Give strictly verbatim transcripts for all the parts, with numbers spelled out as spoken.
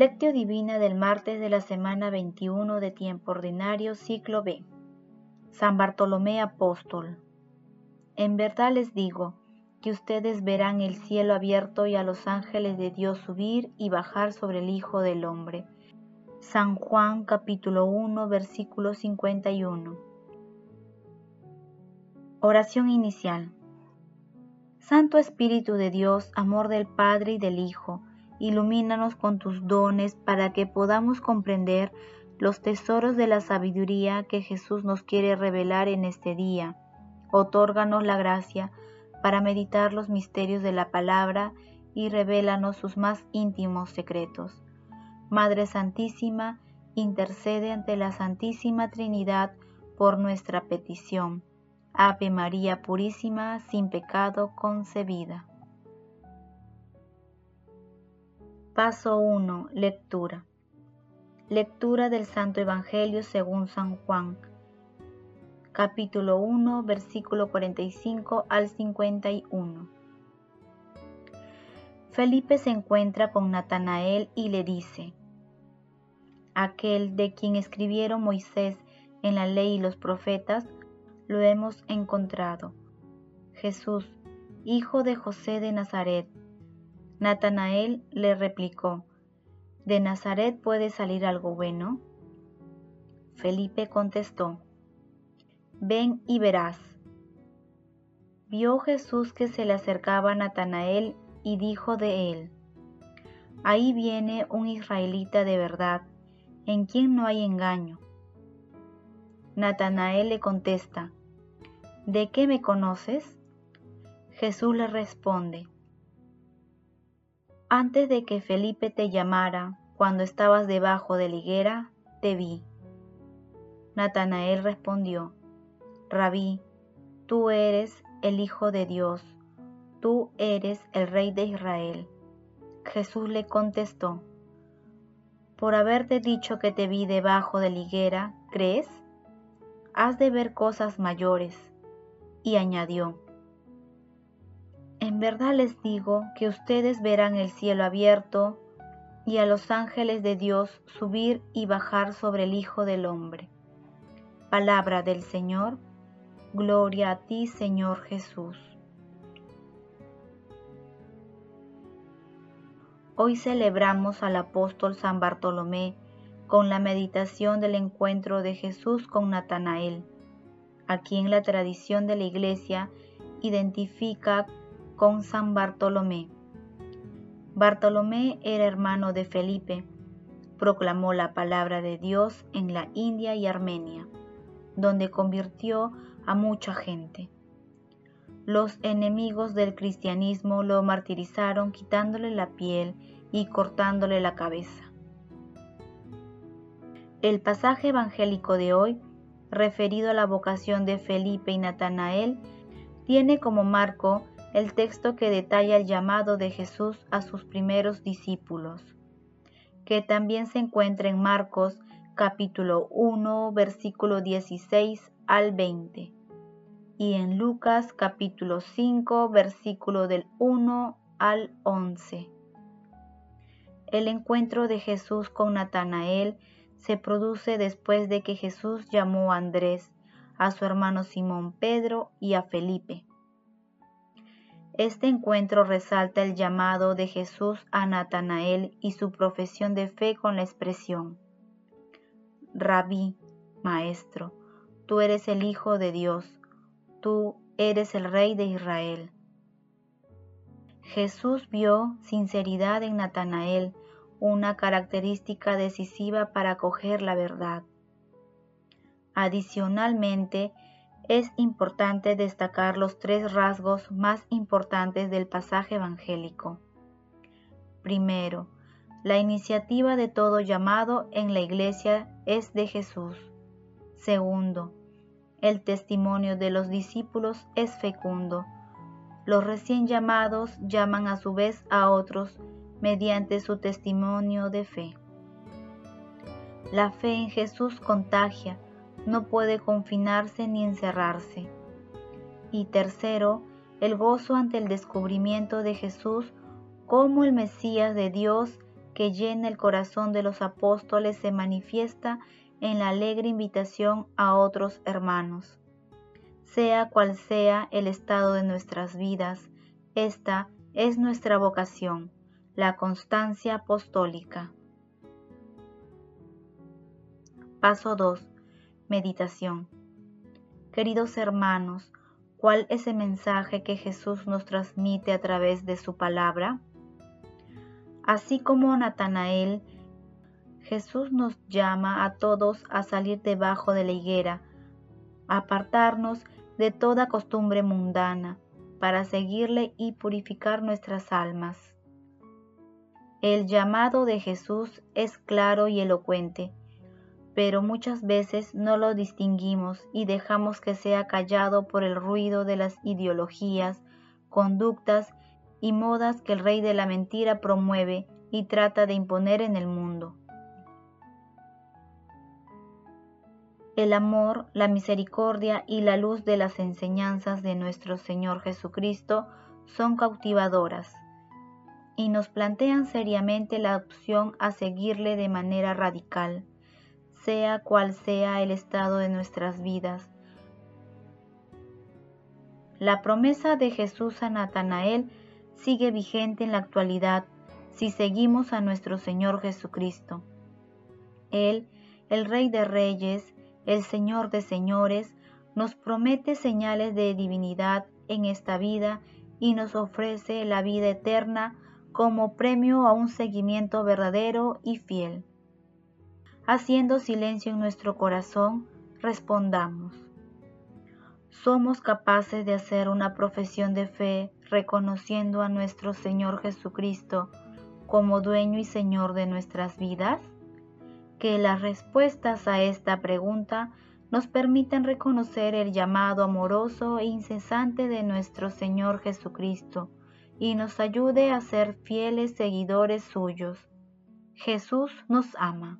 Lectio Divina del martes de la semana veintiuno de tiempo ordinario, ciclo B. San Bartolomé Apóstol. En verdad les digo que ustedes verán el cielo abierto y a los ángeles de Dios subir y bajar sobre el Hijo del Hombre. San Juan capítulo uno, versículo cincuenta y uno. Oración inicial. Santo Espíritu de Dios, amor del Padre y del Hijo, ilumínanos con tus dones para que podamos comprender los tesoros de la sabiduría que Jesús nos quiere revelar en este día. Otórganos la gracia para meditar los misterios de la palabra y revélanos sus más íntimos secretos. Madre Santísima, intercede ante la Santísima Trinidad por nuestra petición. Ave María Purísima, sin pecado concebida. Paso uno. Lectura. Lectura del Santo Evangelio según San Juan, capítulo uno, versículo cuarenta y cinco al cincuenta y uno. Felipe se encuentra con Natanael y le dice: aquel de quien escribieron Moisés en la ley y los profetas, lo hemos encontrado, Jesús, hijo de José de Nazaret. Natanael le replicó: ¿de Nazaret puede salir algo bueno? Felipe contestó: ven y verás. Vio Jesús que se le acercaba a Natanael y dijo de él: ahí viene un israelita de verdad, en quien no hay engaño. Natanael le contesta: ¿de qué me conoces? Jesús le responde: antes de que Felipe te llamara, cuando estabas debajo de la higuera, te vi. Natanael respondió: Rabí, tú eres el Hijo de Dios, tú eres el Rey de Israel. Jesús le contestó: por haberte dicho que te vi debajo de la higuera, ¿crees? Has de ver cosas mayores. Y añadió: en verdad les digo que ustedes verán el cielo abierto y a los ángeles de Dios subir y bajar sobre el Hijo del Hombre. Palabra del Señor. Gloria a ti, Señor Jesús. Hoy celebramos al apóstol San Bartolomé con la meditación del encuentro de Jesús con Natanael, a quien la tradición de la Iglesia identifica con San Bartolomé. Bartolomé era hermano de Felipe, proclamó la palabra de Dios en la India y Armenia, donde convirtió a mucha gente. Los enemigos del cristianismo lo martirizaron quitándole la piel y cortándole la cabeza. El pasaje evangélico de hoy, referido a la vocación de Felipe y Natanael, tiene como marco el texto que detalla el llamado de Jesús a sus primeros discípulos, que también se encuentra en Marcos capítulo uno, versículo dieciséis al veinte, y en Lucas capítulo cinco, versículo del uno al once. El encuentro de Jesús con Natanael se produce después de que Jesús llamó a Andrés, a su hermano Simón Pedro y a Felipe. Este encuentro resalta el llamado de Jesús a Natanael y su profesión de fe con la expresión: Rabí, Maestro, tú eres el Hijo de Dios, tú eres el Rey de Israel. Jesús vio sinceridad en Natanael, una característica decisiva para acoger la verdad. Adicionalmente, es importante destacar los tres rasgos más importantes del pasaje evangélico. Primero, la iniciativa de todo llamado en la Iglesia es de Jesús. Segundo, el testimonio de los discípulos es fecundo. Los recién llamados llaman a su vez a otros mediante su testimonio de fe. La fe en Jesús contagia, no puede confinarse ni encerrarse. Y tercero, el gozo ante el descubrimiento de Jesús como el Mesías de Dios que llena el corazón de los apóstoles se manifiesta en la alegre invitación a otros hermanos. Sea cual sea el estado de nuestras vidas, esta es nuestra vocación, la constancia apostólica. Paso dos. Meditación. Queridos hermanos, ¿cuál es el mensaje que Jesús nos transmite a través de su palabra? Así como Natanael, Jesús nos llama a todos a salir debajo de la higuera, a apartarnos de toda costumbre mundana, para seguirle y purificar nuestras almas. El llamado de Jesús es claro y elocuente, pero muchas veces no lo distinguimos y dejamos que sea callado por el ruido de las ideologías, conductas y modas que el rey de la mentira promueve y trata de imponer en el mundo. El amor, la misericordia y la luz de las enseñanzas de nuestro Señor Jesucristo son cautivadoras y nos plantean seriamente la opción a seguirle de manera radical, sea cual sea el estado de nuestras vidas. La promesa de Jesús a Natanael sigue vigente en la actualidad si seguimos a nuestro Señor Jesucristo. Él, el Rey de Reyes, el Señor de Señores, nos promete señales de divinidad en esta vida y nos ofrece la vida eterna como premio a un seguimiento verdadero y fiel. Haciendo silencio en nuestro corazón, respondamos. ¿Somos capaces de hacer una profesión de fe reconociendo a nuestro Señor Jesucristo como dueño y Señor de nuestras vidas? Que las respuestas a esta pregunta nos permitan reconocer el llamado amoroso e incesante de nuestro Señor Jesucristo y nos ayude a ser fieles seguidores suyos. Jesús nos ama.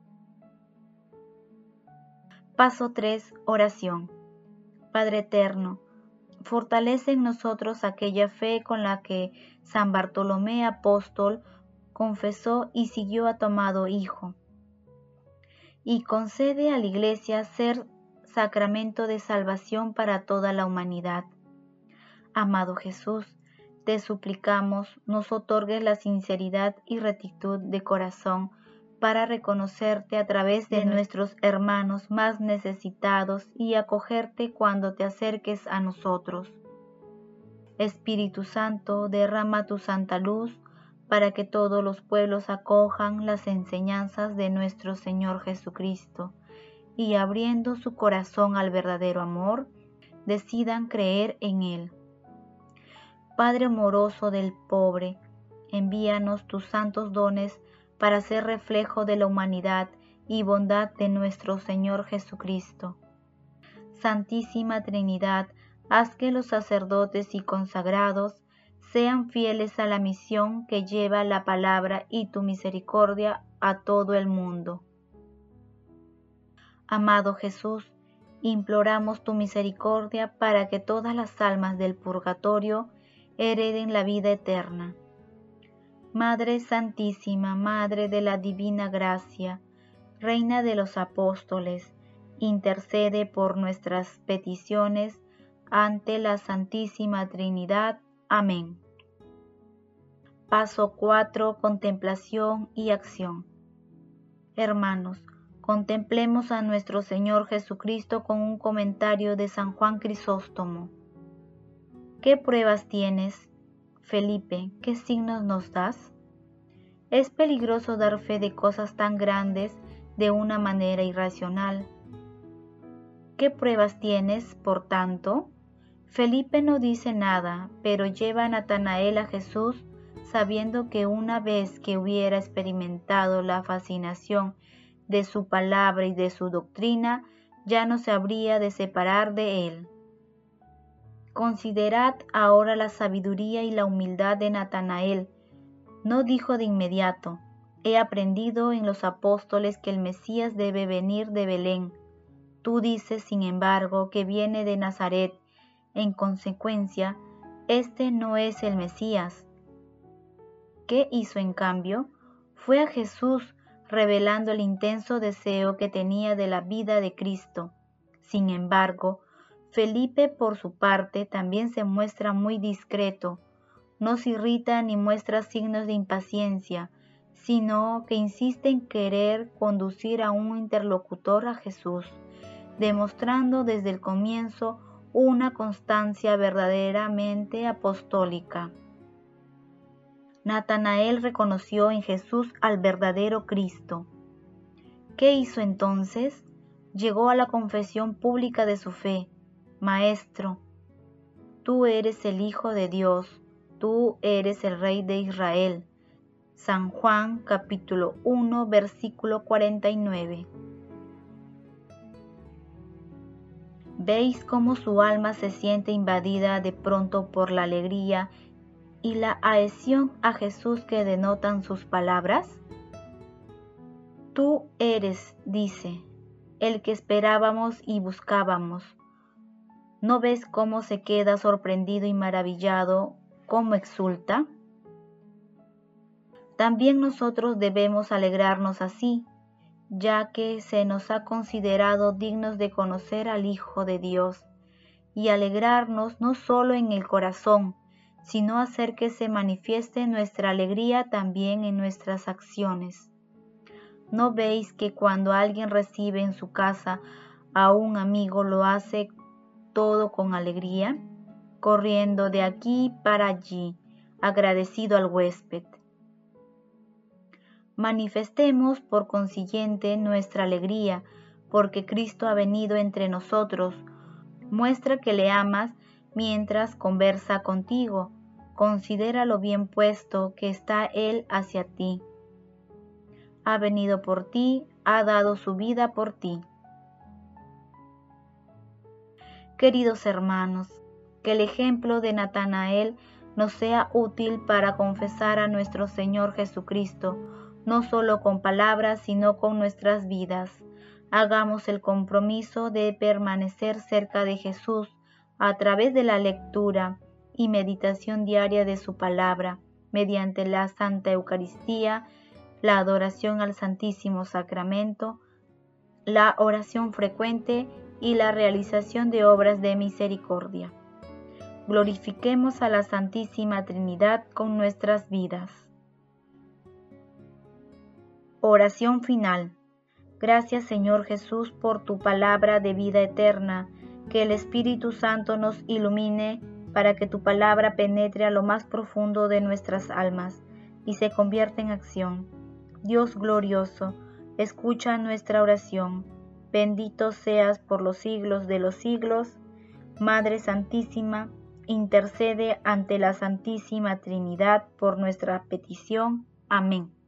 Paso tres. Oración. Padre eterno, fortalece en nosotros aquella fe con la que San Bartolomé Apóstol confesó y siguió a tu amado Hijo, y concede a la Iglesia ser sacramento de salvación para toda la humanidad. Amado Jesús, te suplicamos nos otorgues la sinceridad y rectitud de corazón para reconocerte a través de nuestros hermanos más necesitados y acogerte cuando te acerques a nosotros. Espíritu Santo, derrama tu santa luz para que todos los pueblos acojan las enseñanzas de nuestro Señor Jesucristo y abriendo su corazón al verdadero amor, decidan creer en Él. Padre amoroso del pobre, envíanos tus santos dones para ser reflejo de la humanidad y bondad de nuestro Señor Jesucristo. Santísima Trinidad, haz que los sacerdotes y consagrados sean fieles a la misión que lleva la palabra y tu misericordia a todo el mundo. Amado Jesús, imploramos tu misericordia para que todas las almas del purgatorio hereden la vida eterna. Madre Santísima, Madre de la Divina Gracia, Reina de los Apóstoles, intercede por nuestras peticiones ante la Santísima Trinidad. Amén. Paso cuatro. Contemplación y acción. Hermanos, contemplemos a nuestro Señor Jesucristo con un comentario de San Juan Crisóstomo. ¿Qué pruebas tienes, Felipe? ¿Qué signos nos das? Es peligroso dar fe de cosas tan grandes de una manera irracional. ¿Qué pruebas tienes, por tanto? Felipe no dice nada, pero lleva a Natanael a Jesús sabiendo que una vez que hubiera experimentado la fascinación de su palabra y de su doctrina, ya no se habría de separar de él. Considerad ahora la sabiduría y la humildad de Natanael. No dijo de inmediato, he aprendido en los apóstoles que el Mesías debe venir de Belén. Tú dices, sin embargo, que viene de Nazaret. En consecuencia, este no es el Mesías. ¿Qué hizo en cambio? Fue a Jesús revelando el intenso deseo que tenía de la vida de Cristo. Sin embargo, Felipe, por su parte, también se muestra muy discreto. No se irrita ni muestra signos de impaciencia, sino que insiste en querer conducir a un interlocutor a Jesús, demostrando desde el comienzo una constancia verdaderamente apostólica. Natanael reconoció en Jesús al verdadero Cristo. ¿Qué hizo entonces? Llegó a la confesión pública de su fe. Maestro, tú eres el Hijo de Dios, tú eres el Rey de Israel. San Juan capítulo uno versículo cuarenta y nueve. ¿Veis cómo su alma se siente invadida de pronto por la alegría y la adhesión a Jesús que denotan sus palabras? Tú eres, dice, el que esperábamos y buscábamos. ¿No ves cómo se queda sorprendido y maravillado, cómo exulta? También nosotros debemos alegrarnos así, ya que se nos ha considerado dignos de conocer al Hijo de Dios, y alegrarnos no solo en el corazón, sino hacer que se manifieste nuestra alegría también en nuestras acciones. ¿No veis que cuando alguien recibe en su casa a un amigo lo hace todo con alegría, corriendo de aquí para allí, agradecido al huésped? Manifestemos por consiguiente nuestra alegría, porque Cristo ha venido entre nosotros. Muestra que le amas mientras conversa contigo. Considera lo bien puesto que está Él hacia ti. Ha venido por ti, ha dado su vida por ti. Queridos hermanos, que el ejemplo de Natanael nos sea útil para confesar a nuestro Señor Jesucristo, no solo con palabras, sino con nuestras vidas. Hagamos el compromiso de permanecer cerca de Jesús a través de la lectura y meditación diaria de su palabra, mediante la Santa Eucaristía, la adoración al Santísimo Sacramento, la oración frecuente y la realización de obras de misericordia. Glorifiquemos a la Santísima Trinidad con nuestras vidas. Oración final. Gracias, Señor Jesús, por tu palabra de vida eterna. Que el Espíritu Santo nos ilumine para que tu palabra penetre a lo más profundo de nuestras almas y se convierta en acción. Dios glorioso, escucha nuestra oración. Bendito seas por los siglos de los siglos. Madre Santísima, intercede ante la Santísima Trinidad por nuestra petición. Amén.